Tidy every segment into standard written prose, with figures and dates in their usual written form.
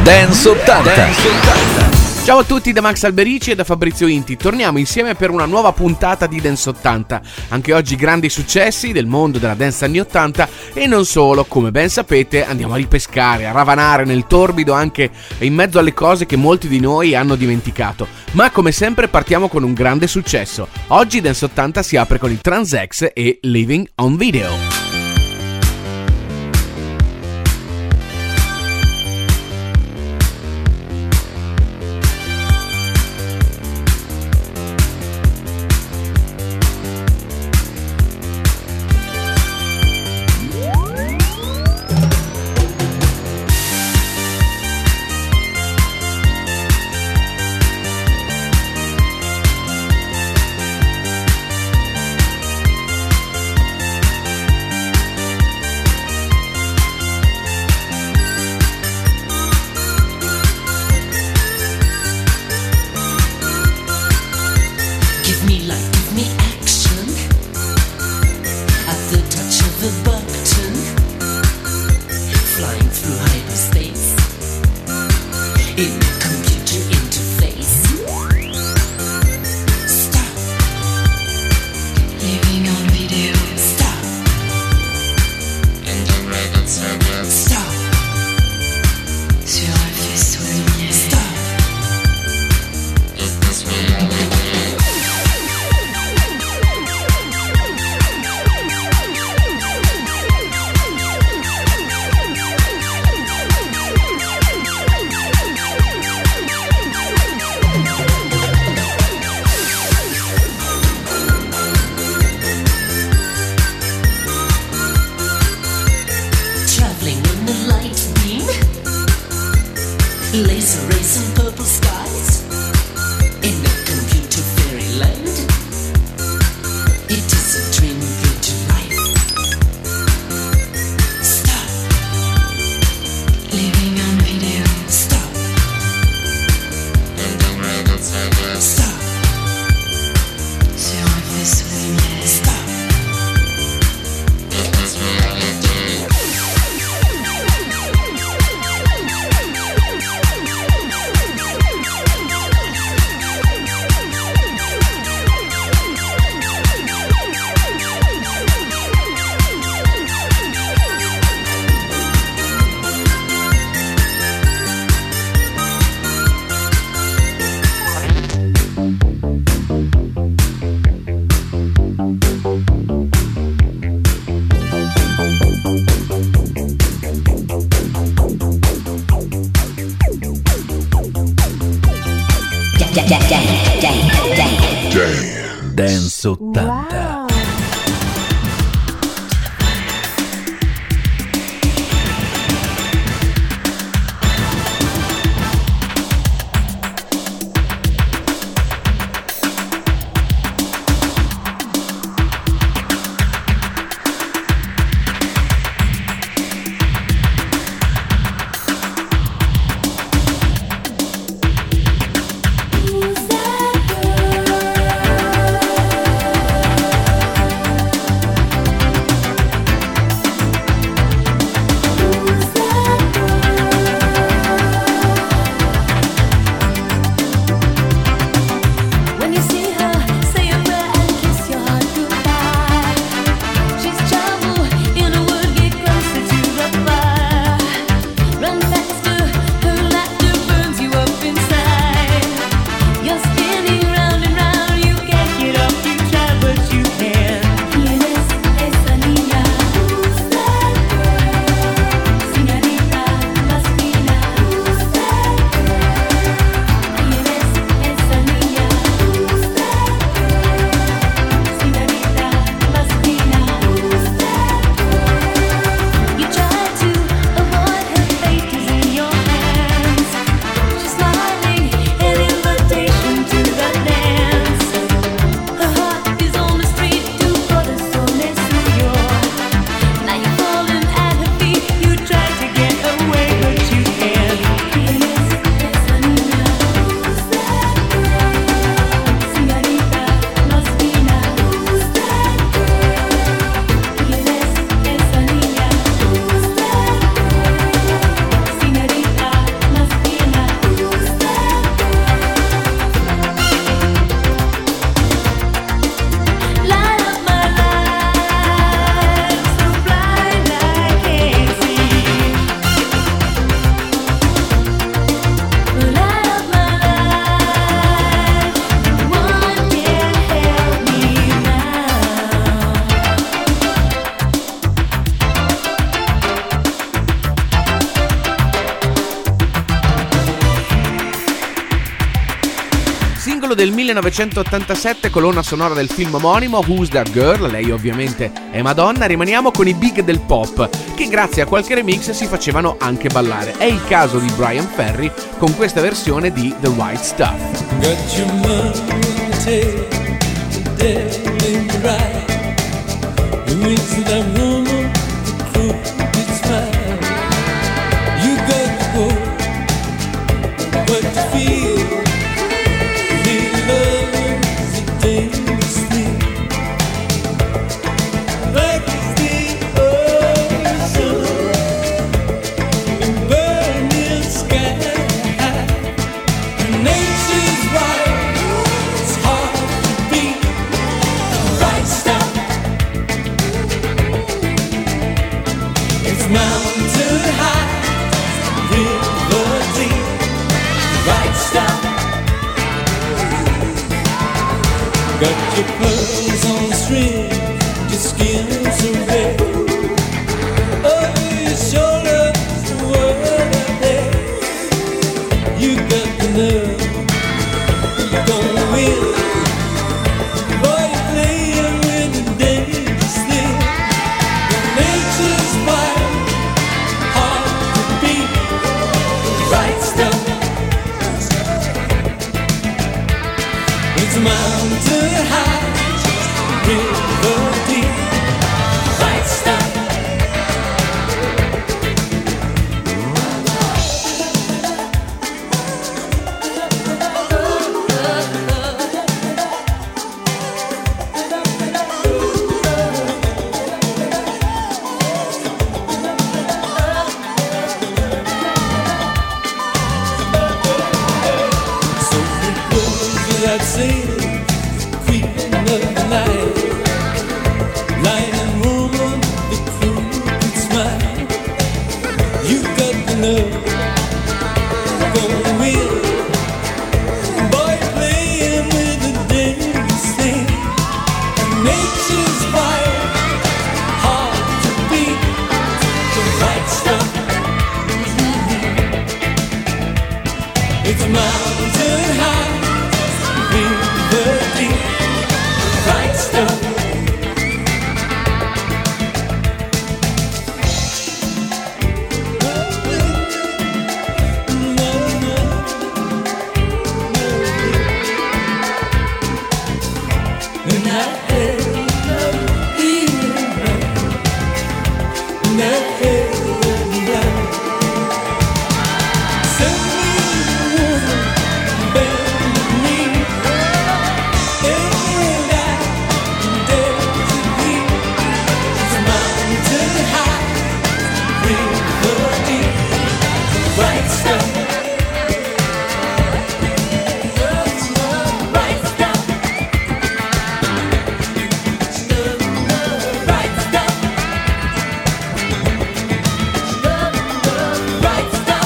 Dance 80. Ciao a tutti da Max Alberici e da Fabrizio Inti. Torniamo insieme per una nuova puntata di Dance 80. Anche oggi grandi successi del mondo della dance anni 80 e non solo, come ben sapete andiamo a ripescare, a ravanare nel torbido anche in mezzo alle cose che molti di noi hanno dimenticato. Ma come sempre partiamo con un grande successo. Oggi Dance 80 si apre con il Trans-X e Living on Video. Dance 80. Wow. singolo del 1987, colonna sonora del film omonimo Who's That Girl, lei ovviamente è Madonna. Rimaniamo con i big del pop, che grazie a qualche remix si facevano anche ballare. È il caso di Bryan Ferry con questa versione di The Right Stuff. Got your money, dead right. You went to that woman, the crew, it's fine. You got to go, but you feel real love is a dangerous thing. Like the ocean and burning sky. Nature's right, it's hard to beat. Right stuff. It's mountain high, river deep. Right stuff. Got your pearls on the string, your skin's so red. Over your shoulders, the world out there. You got the nerve, you're gonna win. Boy, you're playing with the dangerous thing. Nature's wild, hard to beat. Right stuff. It's mountain high, river deep. Right stuff. So it goes without saying, creeping of the night. Lying woman, the crew could smile. You got the nerve, gonna win. Boy, playing with the dangerous thing. And nature's wild, hard to beat. The right stuff. It's mountain high, river deep. Right stuff. And I had love feeling right. And I had love right. Send me a woman, bend me. And I dare to be. It's mountain high, river deep. Right stuff. Right stuff. Right stuff. Right stuff.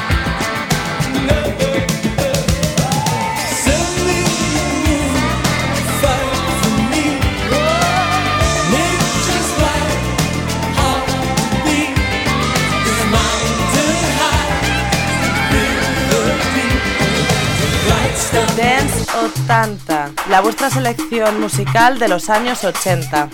Send me a woman, fight for me. Nature's wild, hard to beat. It's mountain high, river deep. Right stuff. Dance 80, la vuestra selección musical de los años 80.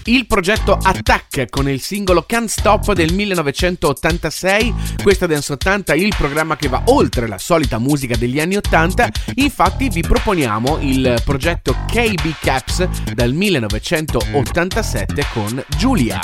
il progetto Attack con il singolo Can't Stop del 1986. Questa Dance 80 è il programma che va oltre la solita musica degli anni 80. Infatti vi proponiamo il progetto KB Caps dal 1987 con Giulia.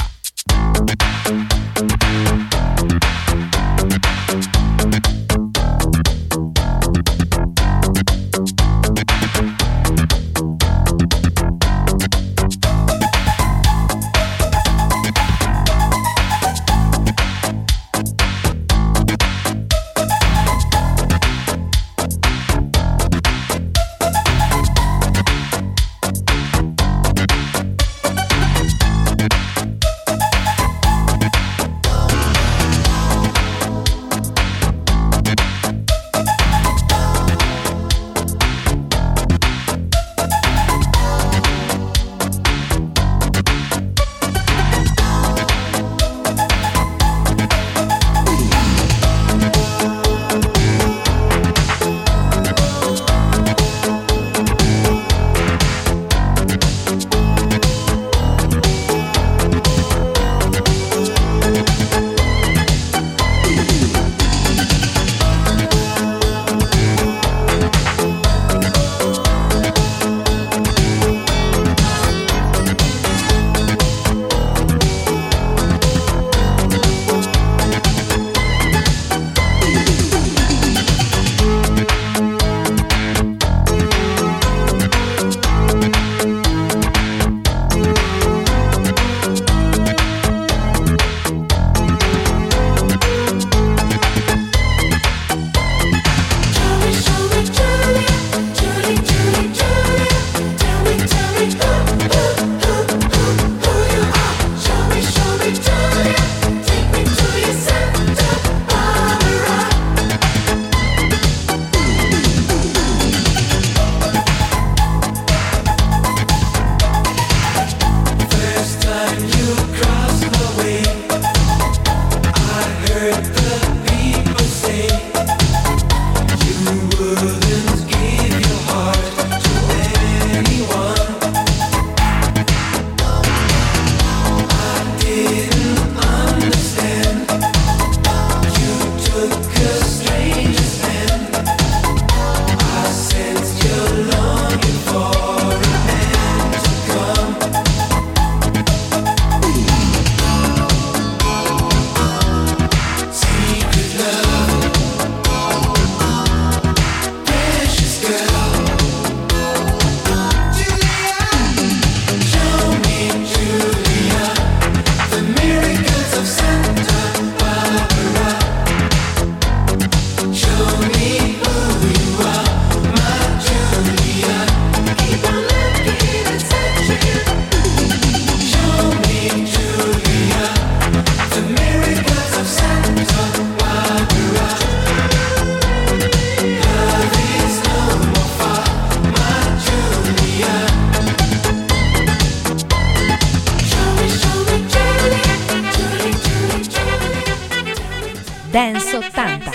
Dance 80.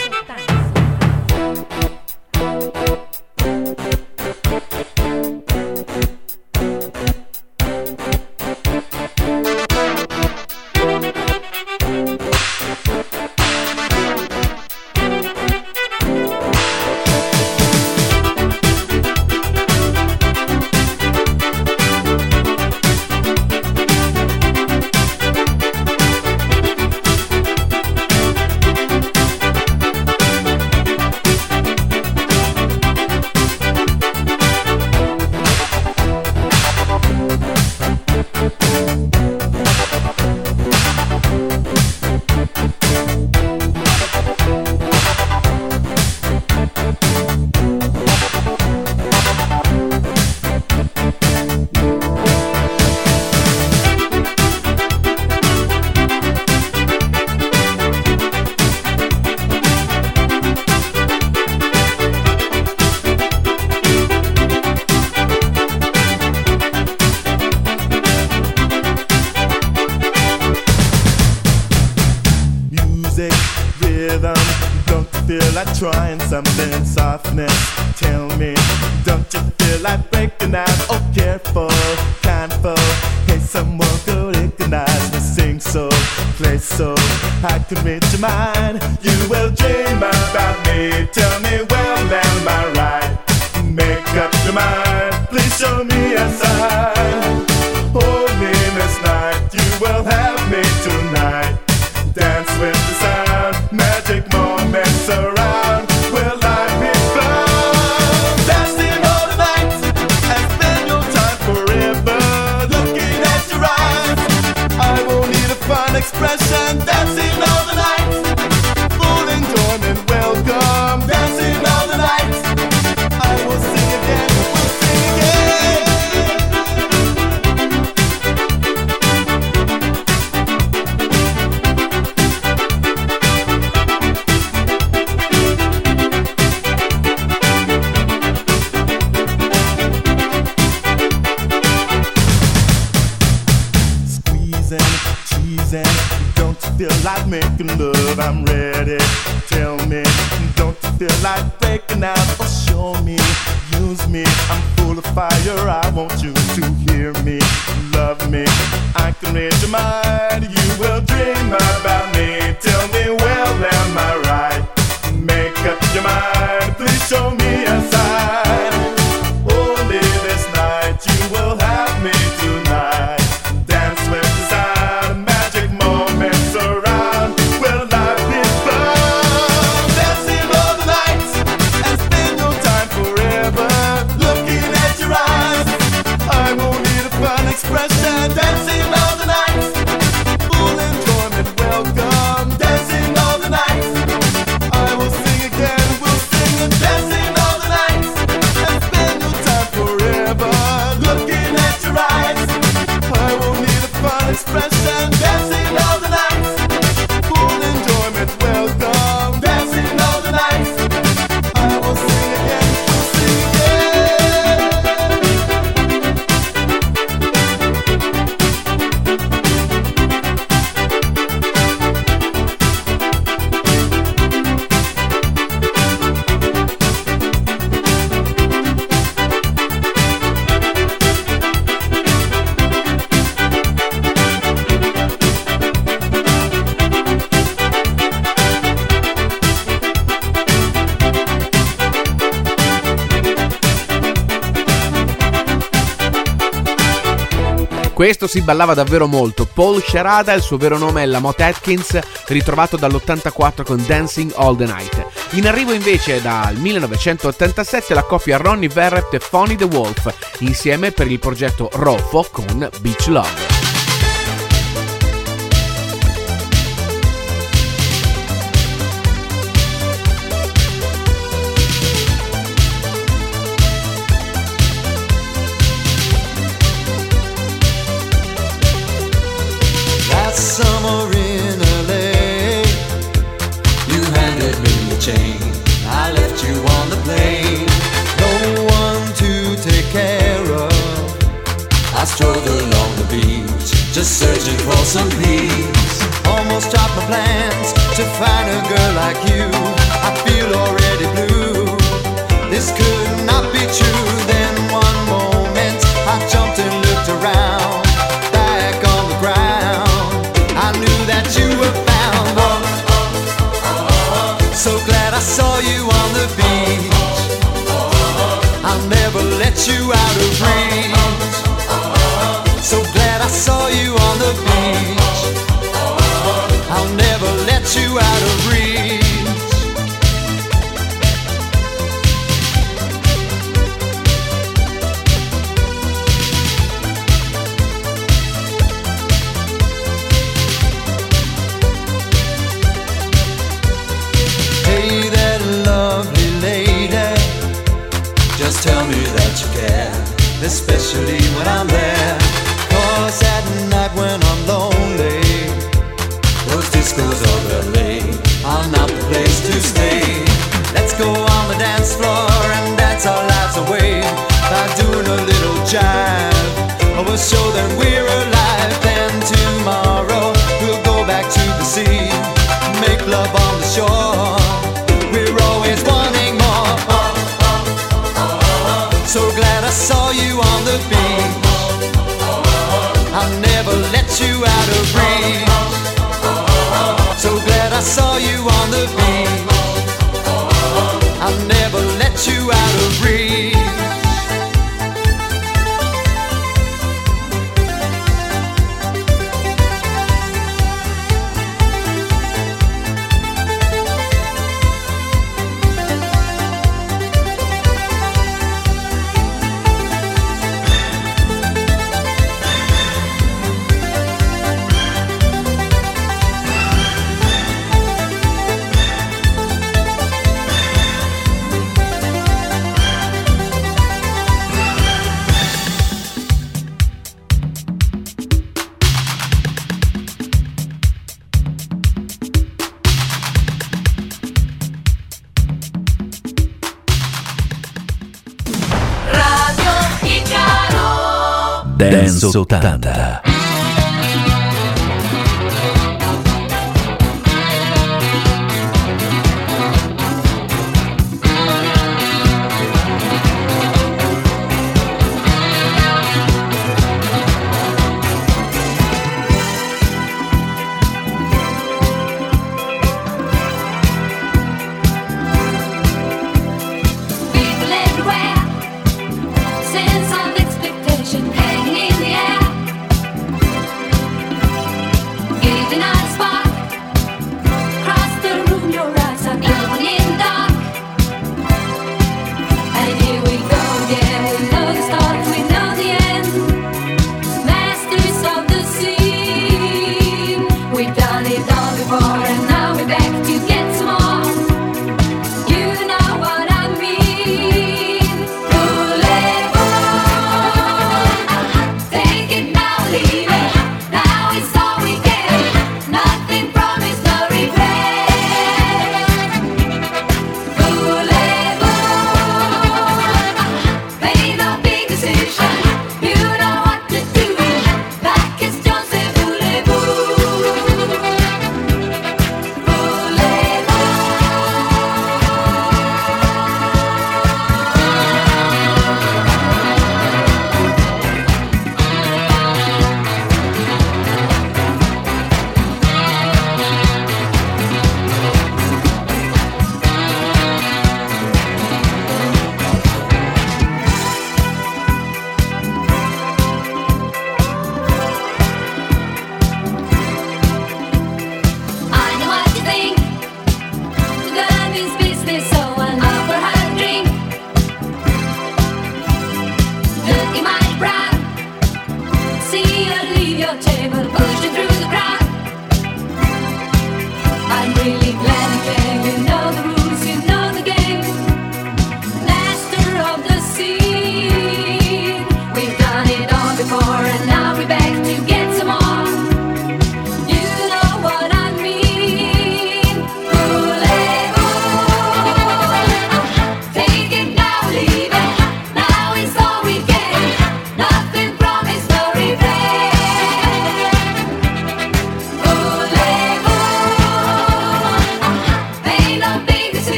Trying something softness, tell me, don't you feel like breaking out? Oh, careful, kindful, hey, someone go recognize me, sing so, play so, I can read your mind. You will dream about me, tell me, well, am I right? Make up your mind, please show me a sign. Hold me this night, you will have me tonight. Dance with the sound, magic moments around. Will life be fun? Dancing all the night and spend your time forever. Looking at your eyes, I won't need a fine expression. Dancing all the night, full enjoyment, welcome. Dancing all the night, I will sing again, we'll sing again. Squeezing, cheesing, don't you feel like making love? I'm ready, tell me, don't you feel like breaking out? Oh, show me, use me, I'm full of fire, I want you to hear me, love me, I can read your mind. You will dream about me, tell me, well, am I right? Make up your mind, please show me a sign. Only this night, you will have me tonight. Dance with the sound, magic moments around. Will life be fun? Dancing all the night and spend your time forever. Looking at your eyes, I won't need a fun expression. Dancing all the night, full enjoyment, welcome. Dancing all the night, I will sing again, we'll sing and dancing all the night and spend your time forever. Looking at your eyes, I won't need a fun expression. Dancing all the night, full enjoyment, welcome. Dancing all the night, I will sing again, we'll sing again. Questo si ballava davvero molto. Paul Sciarada, il suo vero nome è Lamont Atkins, ritrovato dall'84 con Dancing All the Night. In arrivo invece dal 1987 la coppia Ronnie Verrett e Fonny the Wolf, insieme per il progetto Rofo con Beach Love. Summer in LA, you handed me a chain, I left you on the plane, no one to take care of. I strolled along the beach, just searching for some peace. Almost dropped my plans to find a girl like you. I feel already blue, this could not be true. Then one moment I jumped and looked around, back on the ground, I knew that you were found. So glad I saw you on the beach, I'll never let you out of reach. So glad I saw you on the beach, I'll never let you out of reach. Hey, that lovely lady, just tell me that you care, especially when I'm there. 'Cause at night when I'm lonely, those discos of LA are not the place to stay. Let's go on the dance floor and dance our lives away by doing a little jive. We'll show them we're alive. Then tomorrow we'll go back to the sea, make love on the shore. We're always wanting more. So glad I saw you on the beach, I'll never let you out of reach. So glad I saw you on the beach. I'll never let you out of reach. Dance 80.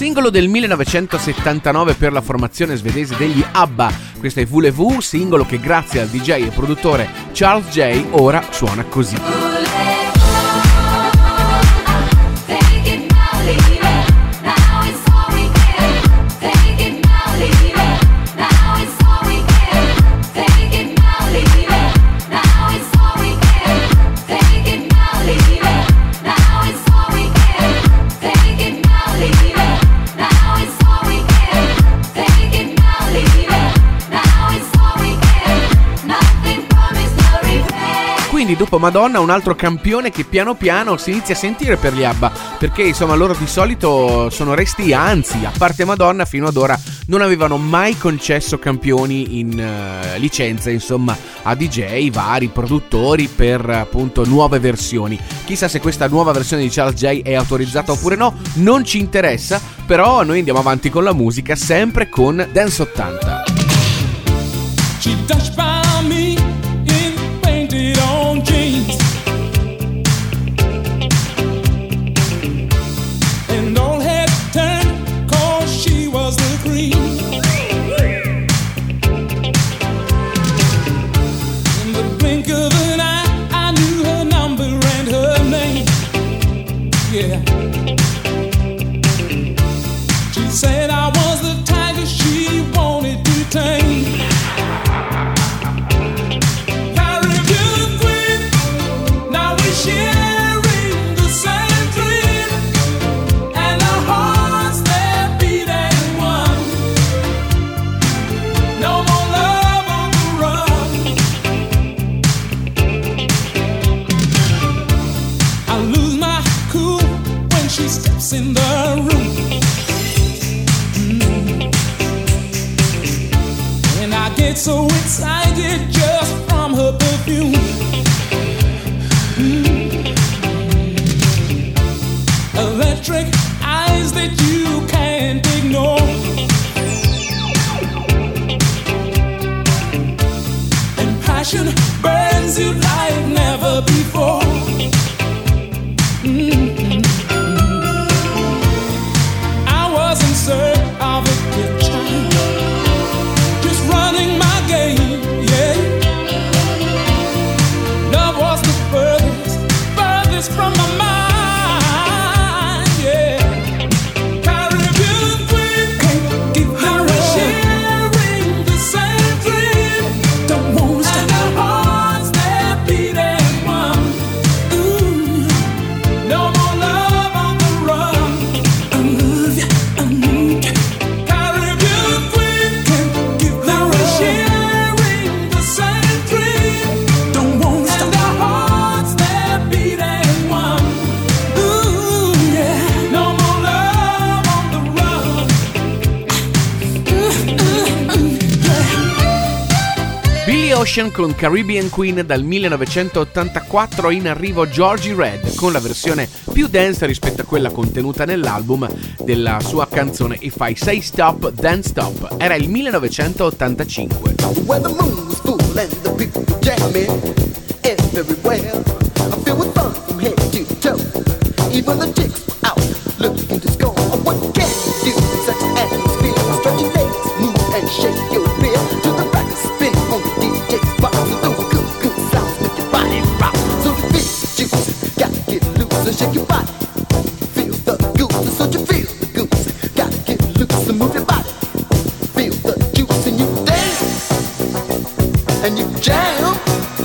Singolo del 1979 per la formazione svedese degli ABBA. Questo è Voulez-vous, singolo che grazie al DJ e produttore Charles J ora suona così. Quindi dopo Madonna un altro campione che piano piano si inizia a sentire per gli ABBA, perché insomma loro di solito sono resti, anzi a parte Madonna fino ad ora non avevano mai concesso campioni in licenza insomma a DJ, vari produttori per appunto nuove versioni. Chissà se questa nuova versione di Charles J è autorizzata oppure no, non ci interessa, però noi andiamo avanti con la musica sempre con Dance 80. She touched by me in painted on jeans, and all had turned 'cause she was the queen. In the blink of an eye, I knew her number and her name. Yeah. She said I was the tiger she wanted to tame. Sharing the same dream, and our hearts they're beating one. No more love on the run. I lose my cool when she steps in the room, and I get so excited just from her perfume. Electric eyes that you can't ignore, and passion burns you like never before. I was in search of a good time, just running my game, yeah. Love was the furthest from my mind. Ocean con Caribbean Queen dal 1984, in arrivo Georgie Red con la versione più dance rispetto a quella contenuta nell'album della sua canzone If I Say Stop Then Stop. Era il 1985. When the moon was full and the people were jamming everywhere, I feel with fun from head to toe. Even the chicks were out looking to score. What can you do in such an atmosphere? Stretch your legs, move and shake your beer to the back and spin on the DJ's box. And those good, good sounds make your body rock. So the big juice, gotta get loose and shake your body. Feel the goose, so you feel the goose. Gotta get loose and move your body. Feel the juice and you dance and you jam.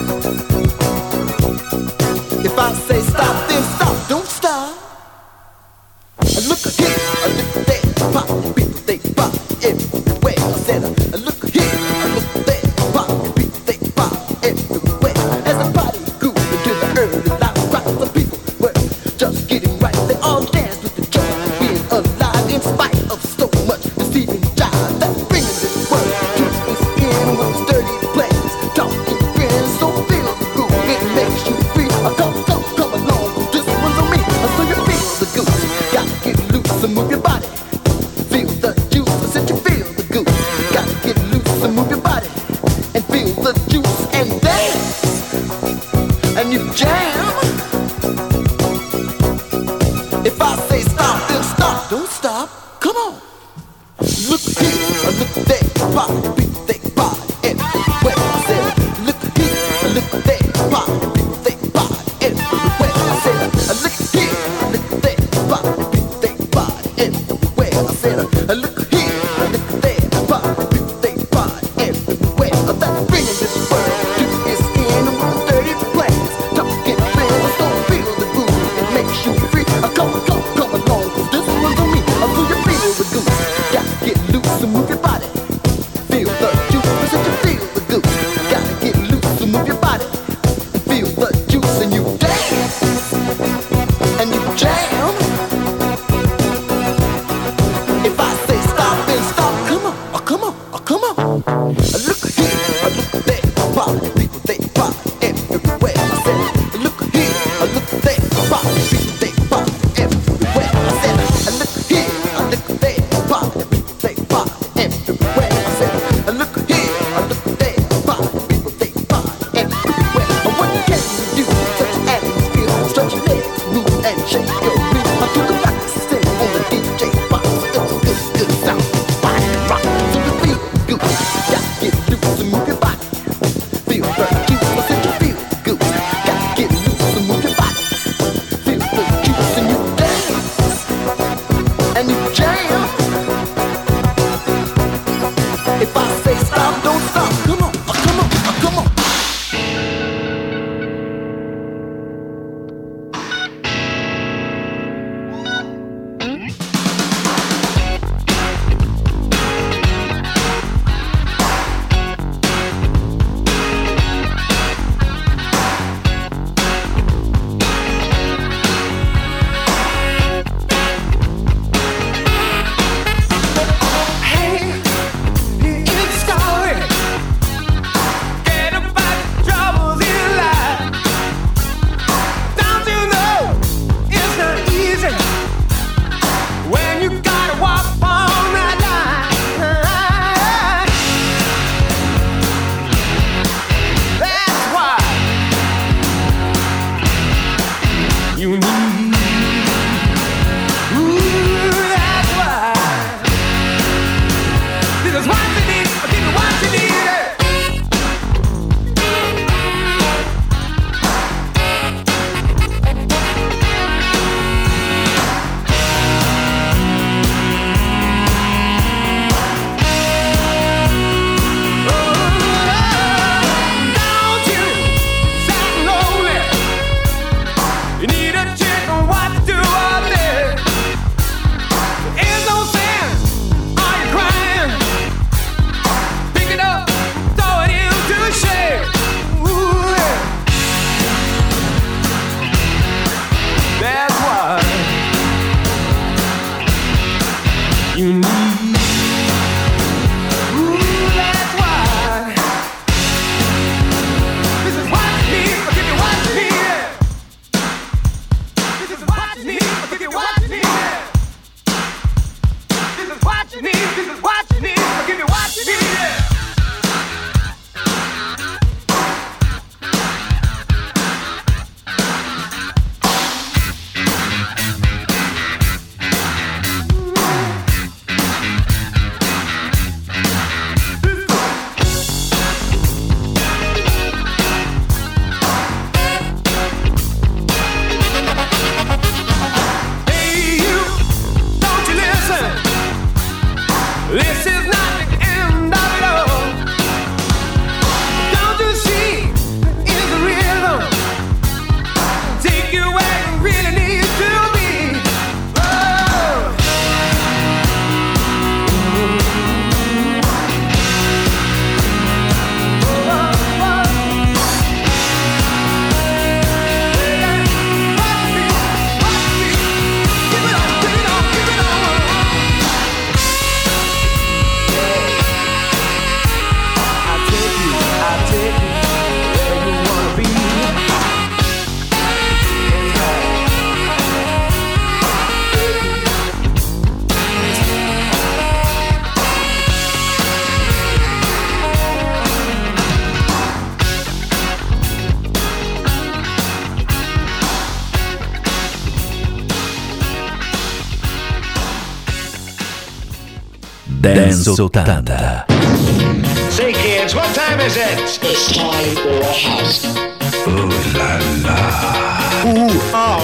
If I say stop, then stop, don't stop. Look here, look there, pop, people they pop everywhere. I said, look here, look there, pop, people they pop everywhere. As the party grew into the early light, rock, some people were just getting right. They all danced with the joy of being alive, in spite of so much deceiving jive. That's bringing this world to its end with sturdy players, talking friends. So feel the groove, it makes you free. Come along, this one's on me. So you feel the goose, gotta get loose and move your body. Feel the juice, I said you feel the goose. Gotta get loose and move your body. And feel the juice and dance. And you jam. If I say stop, then stop, don't stop. come on. Look here, look there, pop, people they buy everywhere. I said, look here, look there, pop, people they buy everywhere. I said, look here, look there, pop, people they buy everywhere. I said, look here, look there, pop, people they buy everywhere. That's bringing this world to its end with a dirty plans. Talking bills, don't feel the groove, it makes you free. Come along, 'cause this one's on me. Do you feel the goose? Gotta get loose and move your body. Feel the juice, listen you feel the goose. Gotta get loose and move your body. Feel the juice and you dance and you jam. If I say stop, then stop. Come on, come on, come on. Look here, look there, pop, people they pop everywhere. I said, look here, look there, pop, people they pop everywhere. I said, look here, look there, pop, people they pop everywhere. I said, look here, look there, pop, people they pop everywhere. What can you do? Such an atmosphere, stretch your legs, move and shake your feet until the rock sing on the DJ box. It's a good sound. Body rock till you feel good. Gotta get loose and move your body. Feel the juice, listen you feel good. Gotta get loose and move your body. Feel the juice and you dance and you jam. If I say stop, don't stop. Come on, come on, come on. Listen. Dance 80. Say kids, what time is it? It's time for a house. Oh la la. Oh.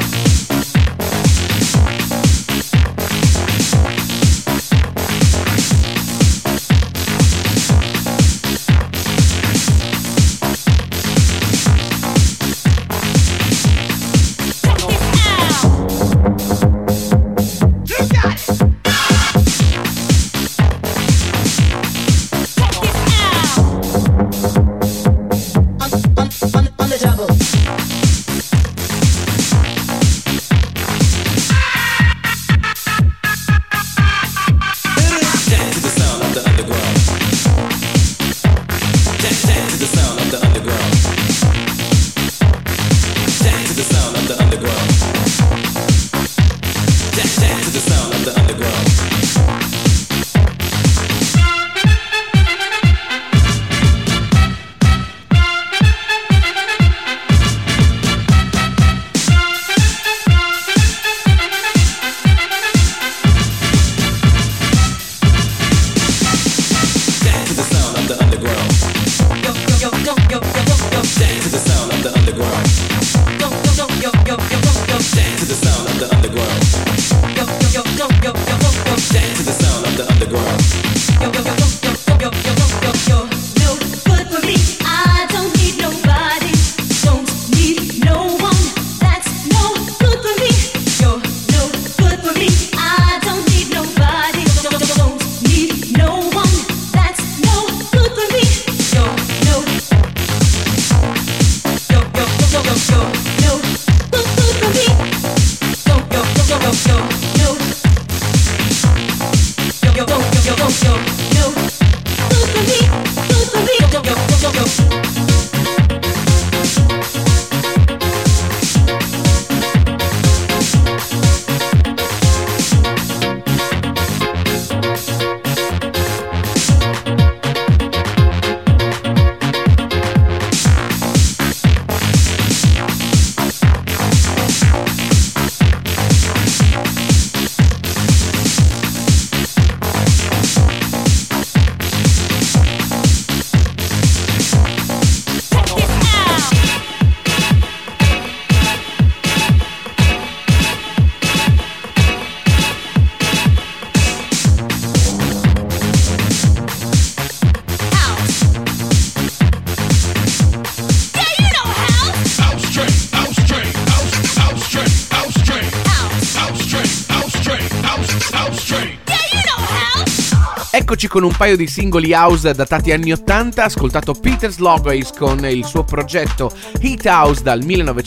Eccoci con un paio di singoli house datati anni 80, ascoltato Peter Slogways con il suo progetto Heat House dal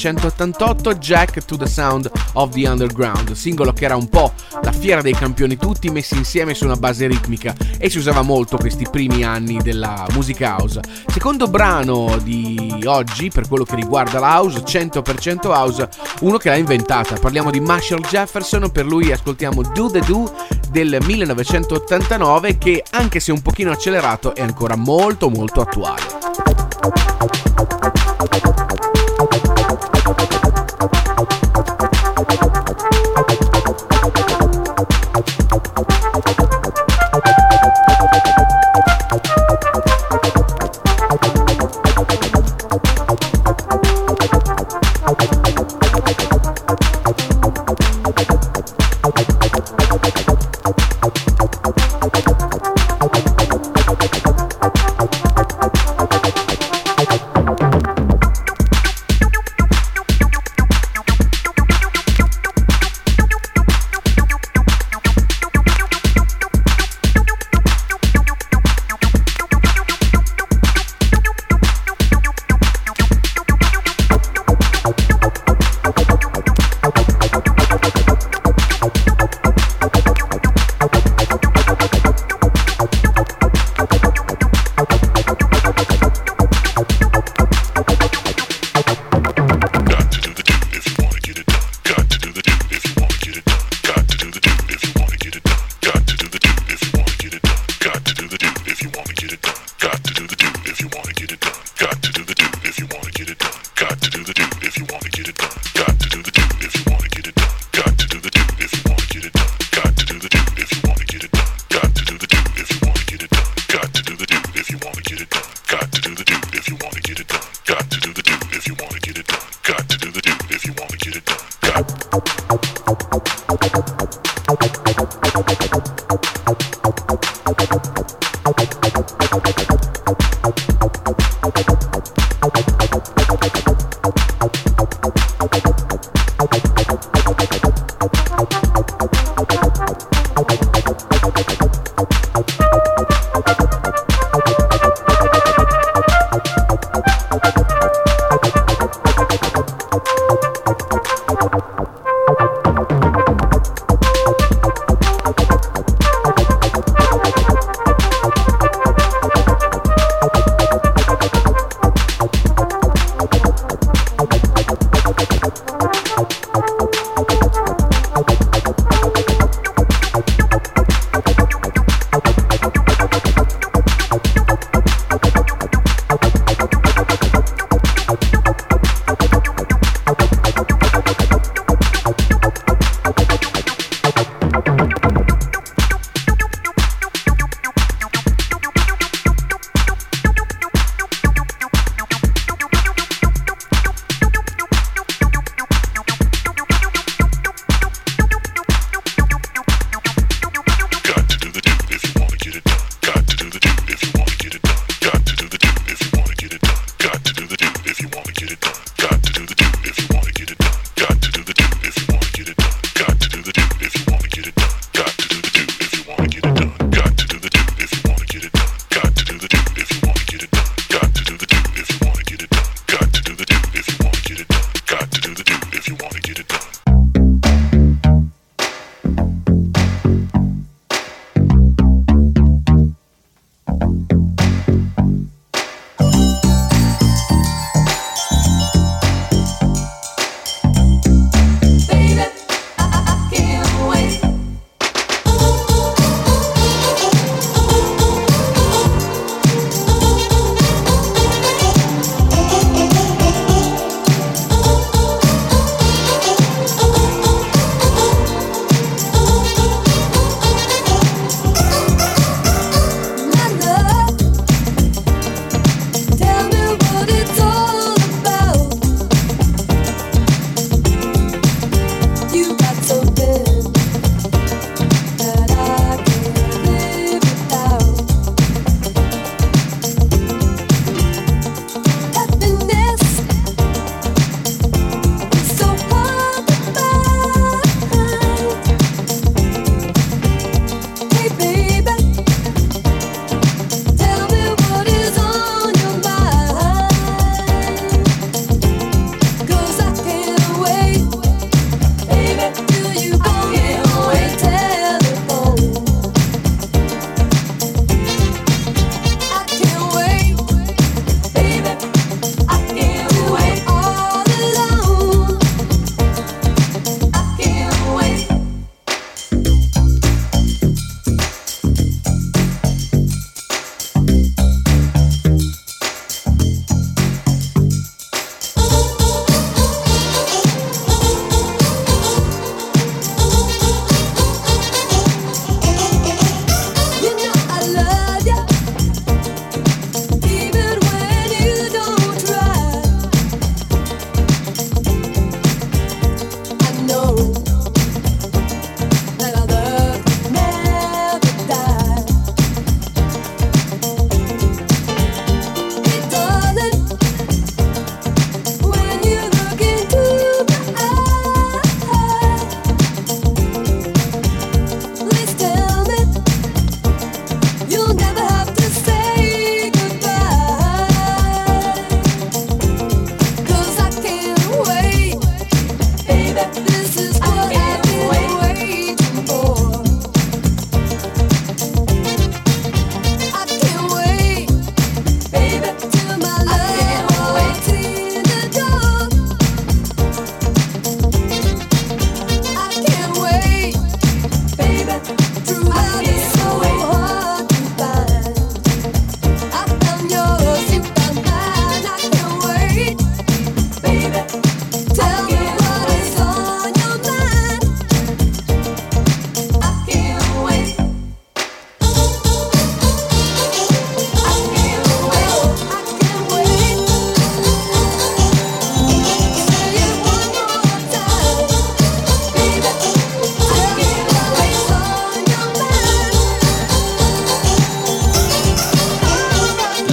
1988, Jack to the Sound of the Underground, singolo che era un po' la fiera dei campioni tutti messi insieme su una base ritmica e si usava molto questi primi anni della musica house. Secondo brano di oggi, per quello che riguarda la house, 100% house, uno che l'ha inventata, parliamo di Marshall Jefferson, per lui ascoltiamo Do the Do del 1989 che, anche se un pochino accelerato, è ancora molto molto attuale.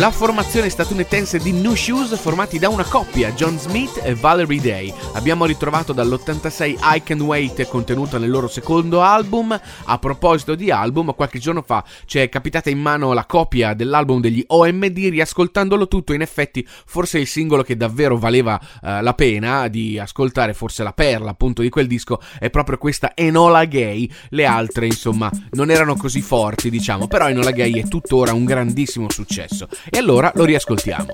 la formazione statunitense di New Shoes, formati da una coppia, John Smith e Valerie Day. Abbiamo ritrovato dall'86 I Can't Wait, contenuta nel loro secondo album. A proposito di album, qualche giorno fa ci è capitata in mano la copia dell'album degli OMD. Riascoltandolo tutto, in effetti forse il singolo che davvero valeva la pena di ascoltare, forse la perla appunto di quel disco, è proprio questa Enola Gay. Le altre insomma non erano così forti, diciamo, però Enola Gay è tuttora un grandissimo successo e allora lo riascoltiamo.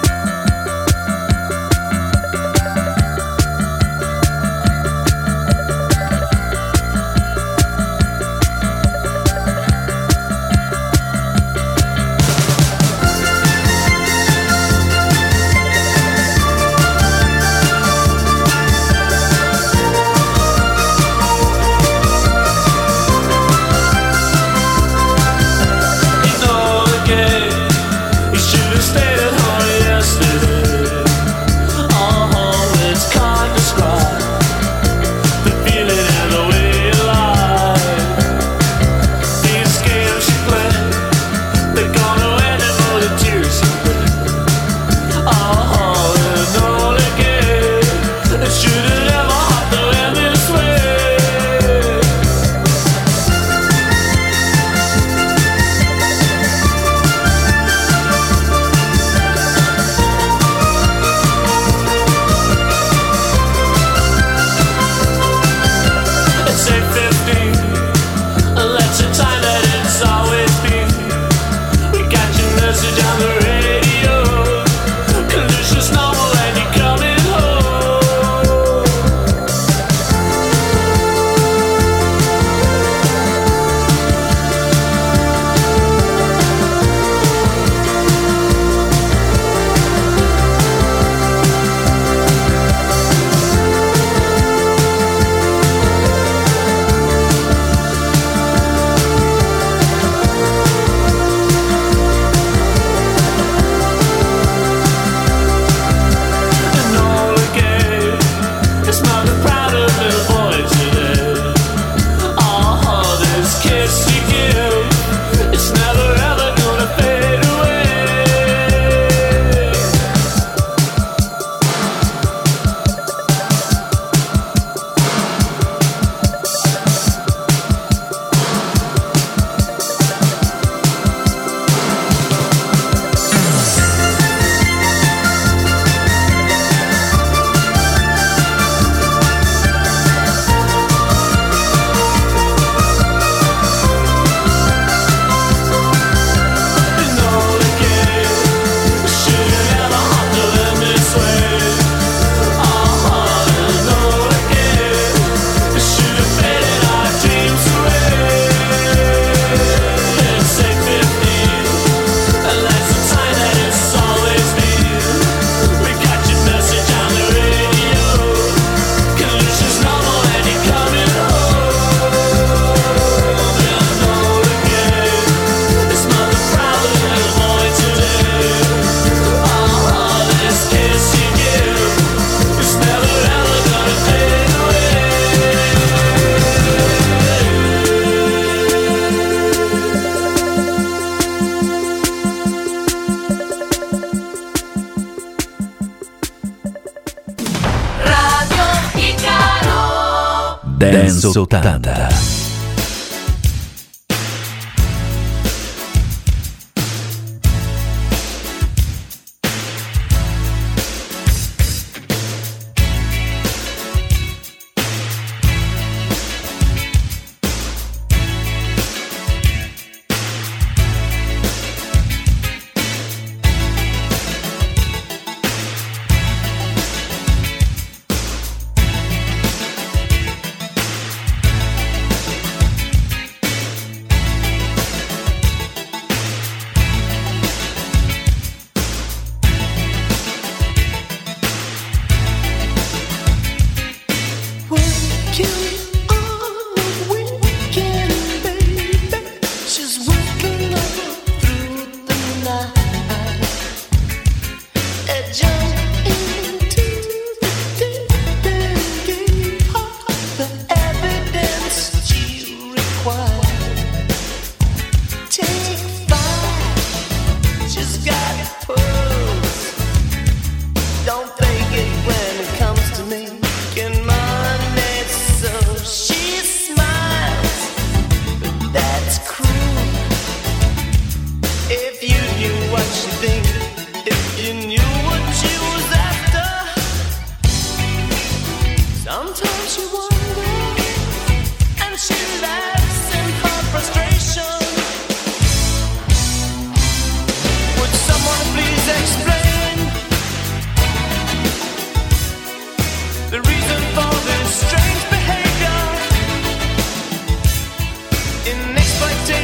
Dance 80.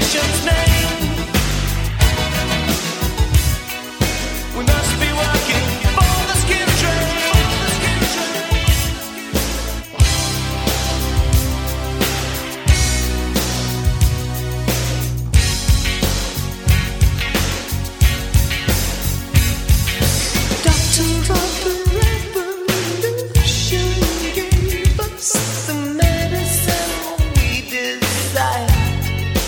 expectations name. We must be working for the skin train. Doctor of the revolution gave us the medicine we desired.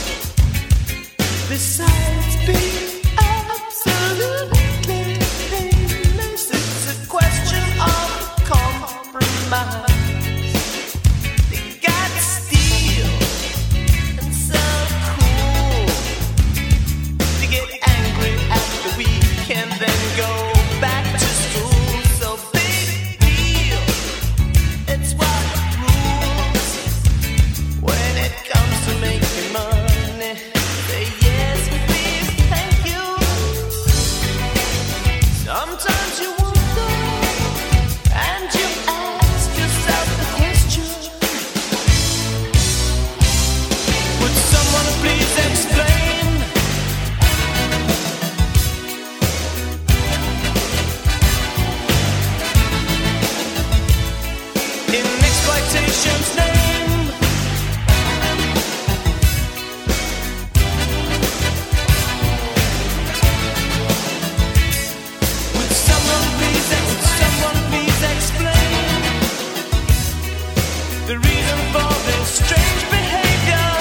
Besides being absolutely painless, it's a question of compromise. They got steel and so cool to get angry at the weekend, then go back to school. So big deal, it's what rules when it comes to making money. Say yes, please, thank you. Sometimes you wonder and you ask yourself the question, would someone please explain? In exploitation's name, would someone please explain the reason for this strange behavior?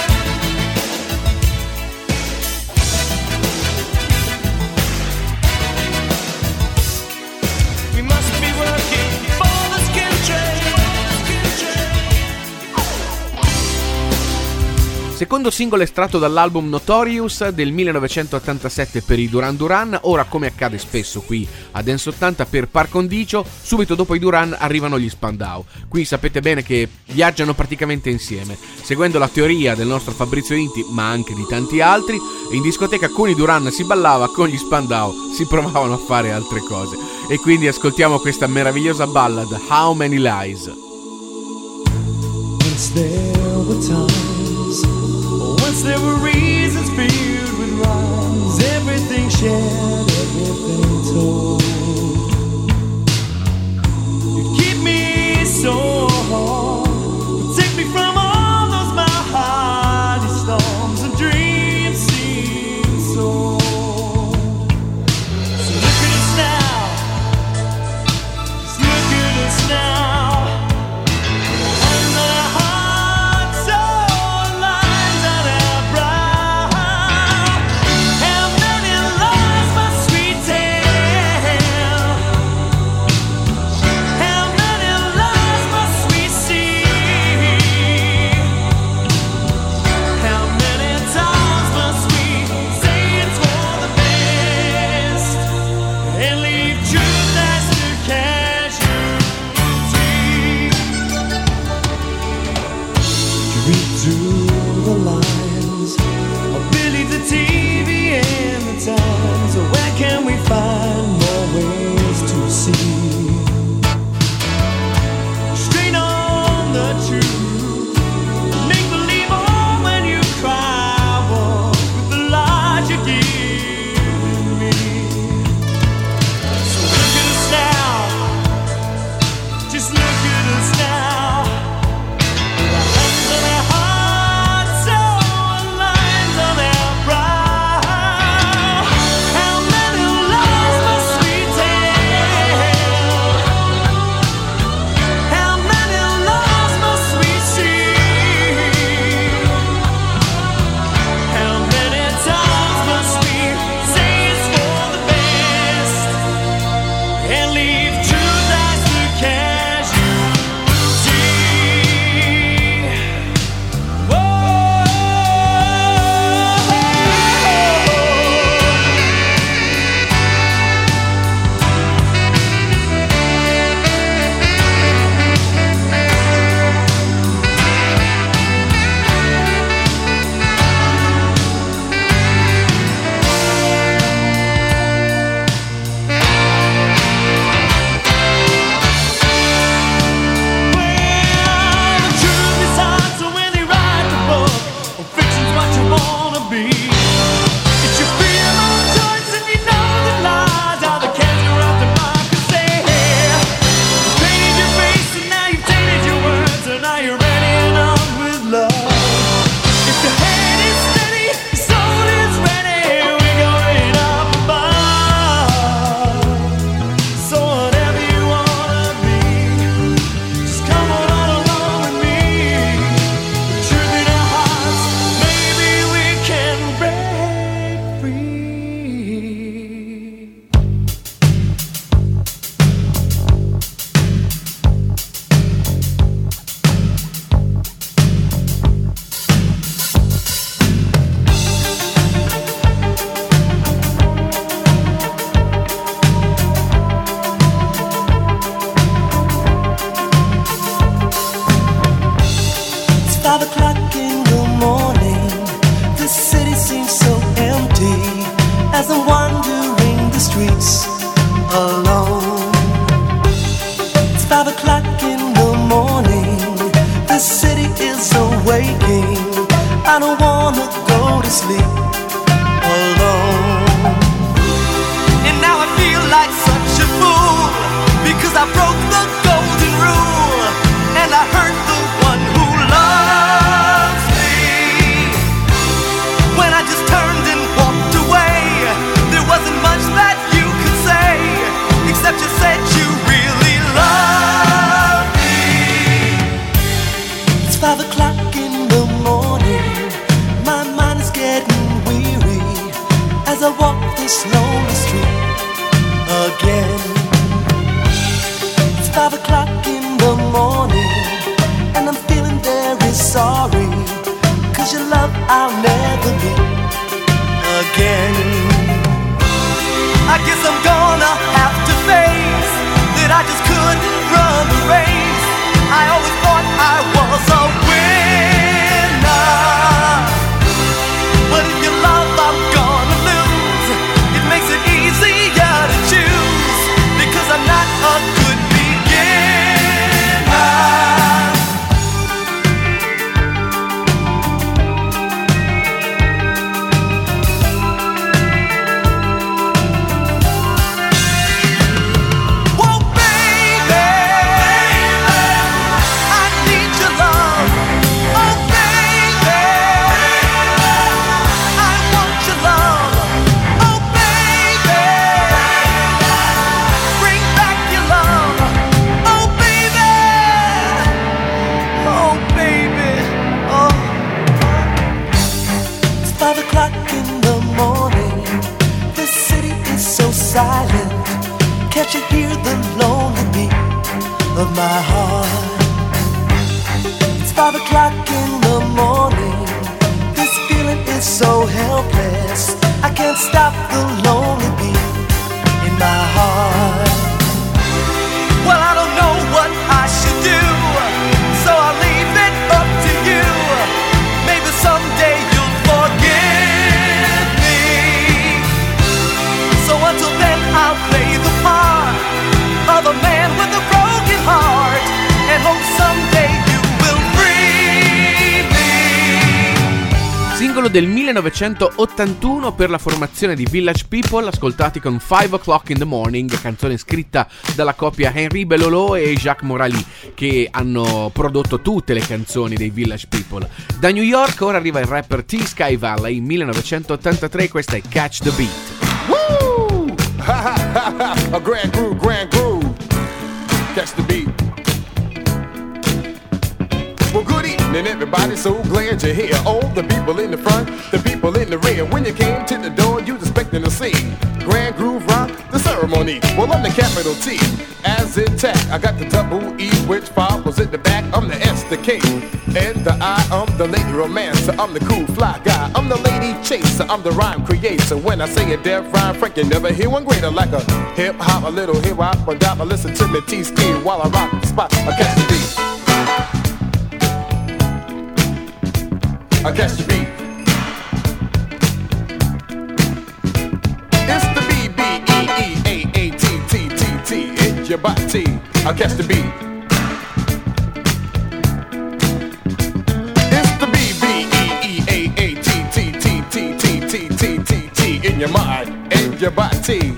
We must be working for the skin train. Secondo singolo estratto dall'album Notorious del 1987 per i Duran Duran. Ora, come accade spesso qui a Dance 80 per par condicio, subito dopo i Duran arrivano gli Spandau. Qui sapete bene che viaggiano praticamente insieme. Seguendo la teoria del nostro Fabrizio Inti, ma anche di tanti altri, in discoteca con i Duran si ballava, con gli Spandau si provavano a fare altre cose. E quindi ascoltiamo questa meravigliosa ballad, How Many Lies. Once there were times, once there were reasons filled with rhymes, everything shared, everything told. You keep me so warm, take me from all those mighty storms and dreams seem so. So look at us now, just look at us now. How many times must we say it's seems so empty as I'm wandering the streets alone. It's 5 o'clock in the morning, the city is awaking. I don't wanna go to sleep alone. And now I feel like such a fool, because I broke the golden rule, and I hurt the one who loves me. When I just turned and walked away, there wasn't much that you could say, except you said you really love me. It's 5 o'clock in the morning, my mind is getting weary as I walk this lonely street again. It's 5 o'clock in the morning, and I'm feeling very sorry, 'cause your love I'll never meet again. I guess I'm gonna have to face that I just couldn't run the race. I always thought I was a winner, but if you love I'm gonna lose. It makes it easier to choose, because I'm not a good silent. Can't you hear the lonely beat of my heart? It's 5 o'clock in the morning, this feeling is so helpless. I can't stop the lonely beat in my heart. Well, I don't know what I should do, so I'll leave it up to you. Maybe someday you'll forgive me. So until then I'll play the part of a man with a broken heart, and hope someday you will free me. Singolo del 1981 per la formazione di Village People, ascoltati con 5 O'Clock in the Morning, canzone scritta dalla coppia Henry Belolo e Jacques Morali, che hanno prodotto tutte le canzoni dei Village People. Da New York ora arriva il rapper T. Sky Valley, 1983, questa è Catch the Beat. Woo! Ha ha ha ha! A grand groove, catch the beat. Well, good evening, everybody. So glad you're here. All the people in the front, the people in the rear. When you came to the door, you was expecting to see Grand Groove Rock, the ceremony. Well, I'm the capital T, as in tech. I got the double E, which follows at the back. I'm the S, the K, and the I. I'm the lady romancer. I'm the cool fly guy. I'm the lady chaser. I'm the rhyme creator. When I say a deaf rhyme, Frank, you never hear one greater. Like a hip hop, a little hip hop, or dop. Listen to me T-ski while I rock the spot. I catch the beat. I catch the beat. It's the B-B-E-E-A-A-T-T-T-T. It's your body. I catch the beat. It's the B-B-E-E-A-A-T-T-T-T-T-T-T-T in your mind and your body.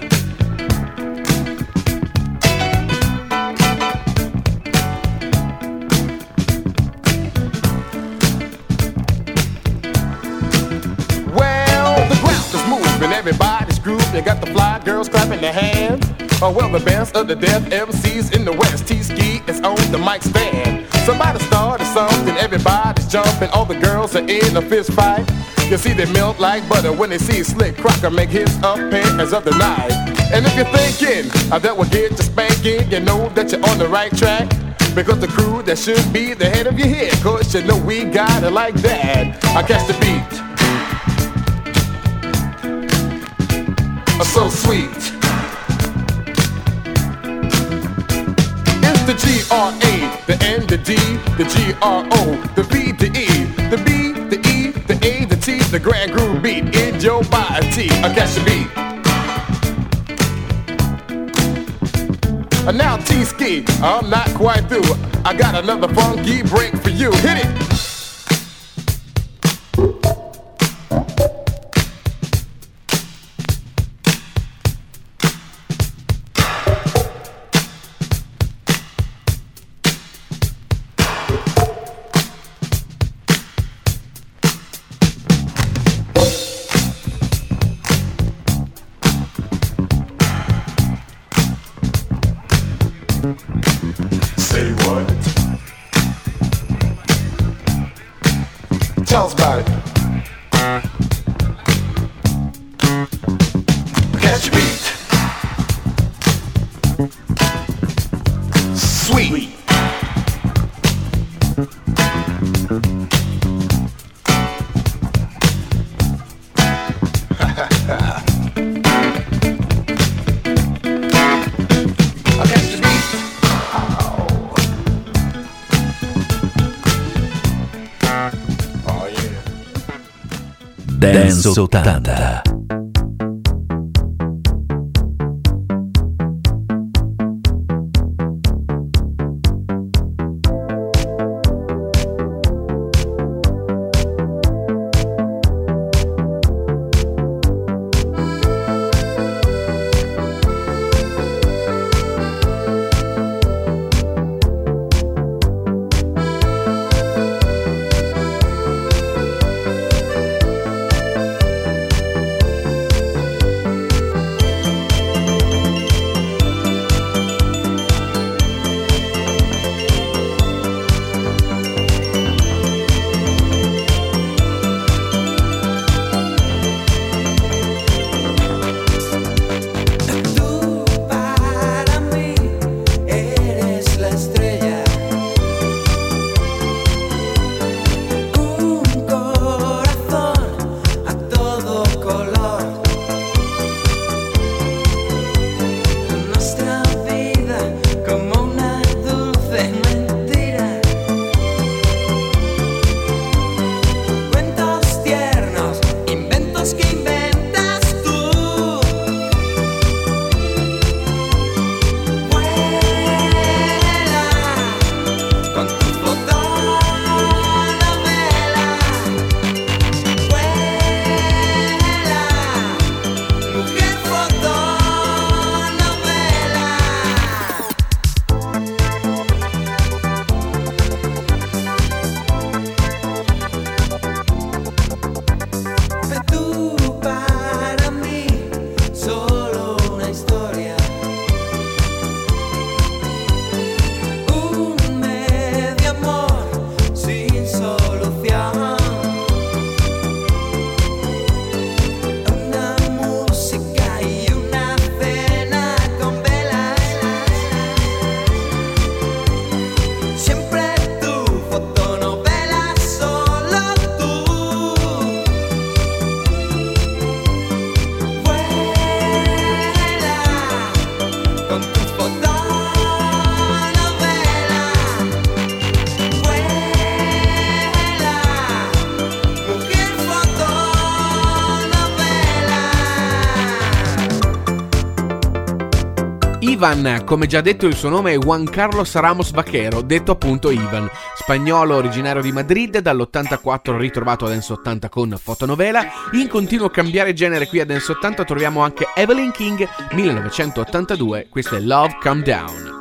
Everybody's grooving, you got the fly girls clapping their hands. Oh, well, the best of the deaf MCs in the West. T-Ski is on the mic stand. Somebody started something, everybody's jumping. All the girls are in a fist fight. You see they melt like butter when they see Slick Crocker make his appearance of the night. And if you're thinking that will get you spanking, you know that you're on the right track. Because the crew that should be the head of your head, 'cause you know we got it like that. I catch the beat. So sweet. It's the G-R-A, the N, the D, the G-R-O, the B, the E, the B, the E, the A, the T, the grand groove beat in your body. Catch the beat. Now T-Ski, I'm not quite through. I got another funky break for you. Hit it! Say what? Tell us about it. Catch your beat. Sweet. Dance 80. Ivan, come già detto il suo nome è Juan Carlos Ramos Vaquero, detto appunto Ivan, spagnolo originario di Madrid, dall'84 ritrovato a Dance 80 con Fotonovela. In continuo cambiare genere qui a Dance 80 troviamo anche Evelyn King, 1982, questo è Love Come Down.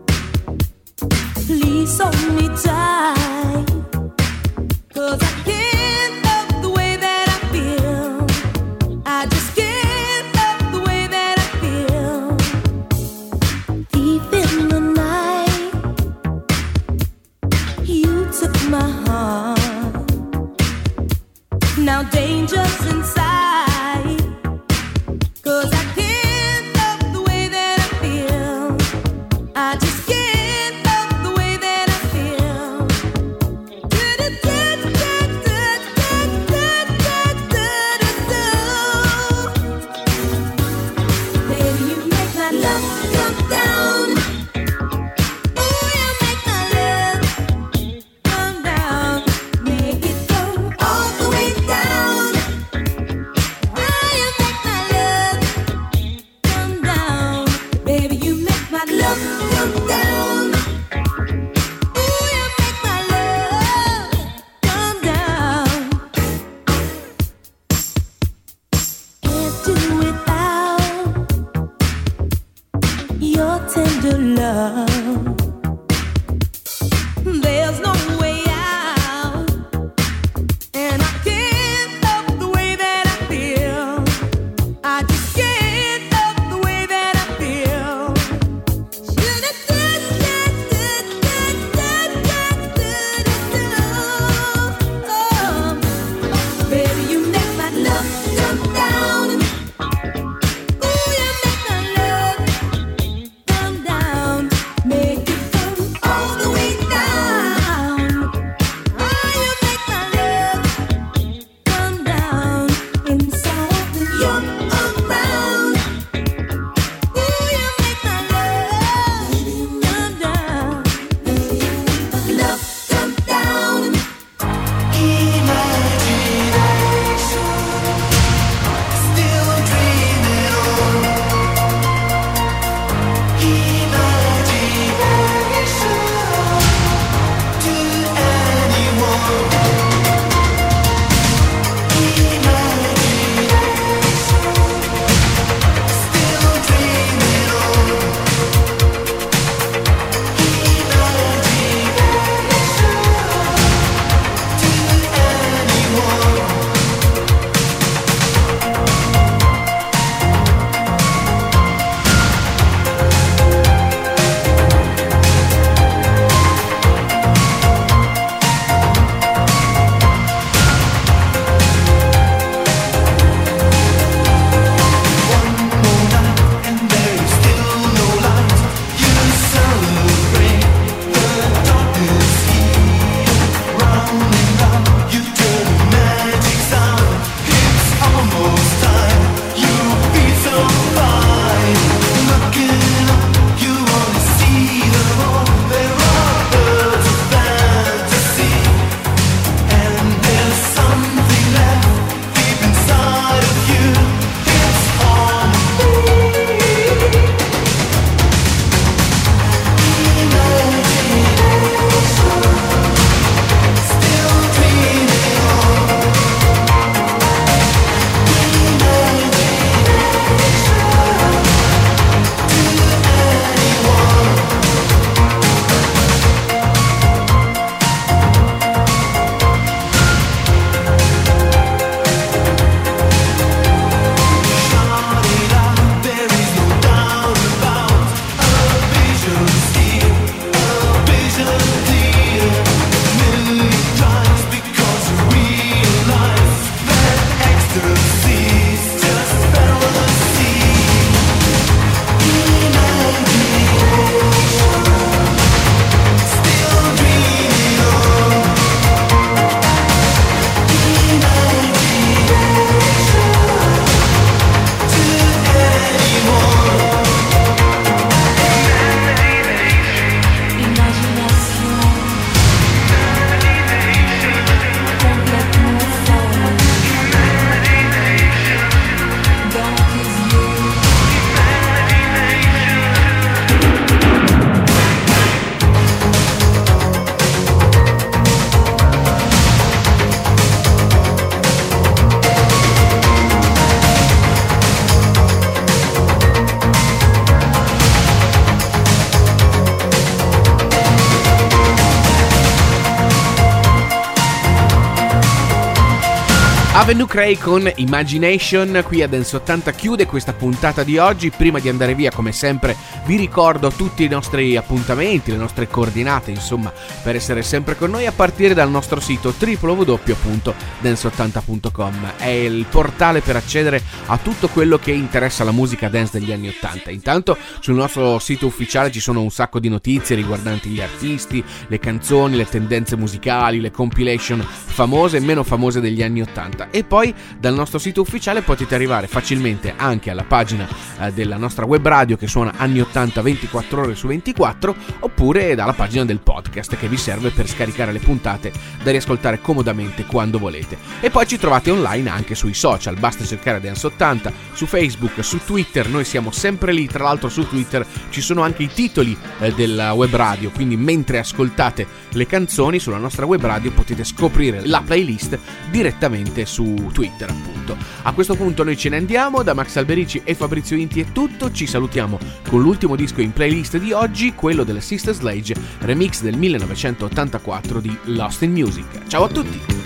Please hold me tight, 'cause I can't Avenue Cray con Imagination qui a Dance 80 chiude questa puntata di oggi. Prima di andare via, come sempre, vi ricordo tutti i nostri appuntamenti, le nostre coordinate, insomma, per essere sempre con noi a partire dal nostro sito www.dance80.com. È il portale per accedere a tutto quello che interessa la musica dance degli anni 80. Intanto sul nostro sito ufficiale ci sono un sacco di notizie riguardanti gli artisti, le canzoni, le tendenze musicali, le compilation famose e meno famose degli anni 80. e poi dal nostro sito ufficiale potete arrivare facilmente anche alla pagina della nostra web radio che suona anni 80 24 ore su 24, oppure dalla pagina del podcast che vi serve per scaricare le puntate da riascoltare comodamente quando volete. E poi ci trovate online anche sui social, basta cercare Dance 80 su Facebook, su Twitter, noi siamo sempre lì. Tra l'altro su Twitter ci sono anche i titoli della web radio, quindi mentre ascoltate le canzoni sulla nostra web radio potete scoprire la playlist direttamente su Twitter, appunto. A questo punto noi ce ne andiamo, da Max Alberici e Fabrizio Inti è tutto, ci salutiamo con l'ultimo disco in playlist di oggi, quello delle Sister Sledge, remix del 1984 di Lost in Music. Ciao a tutti!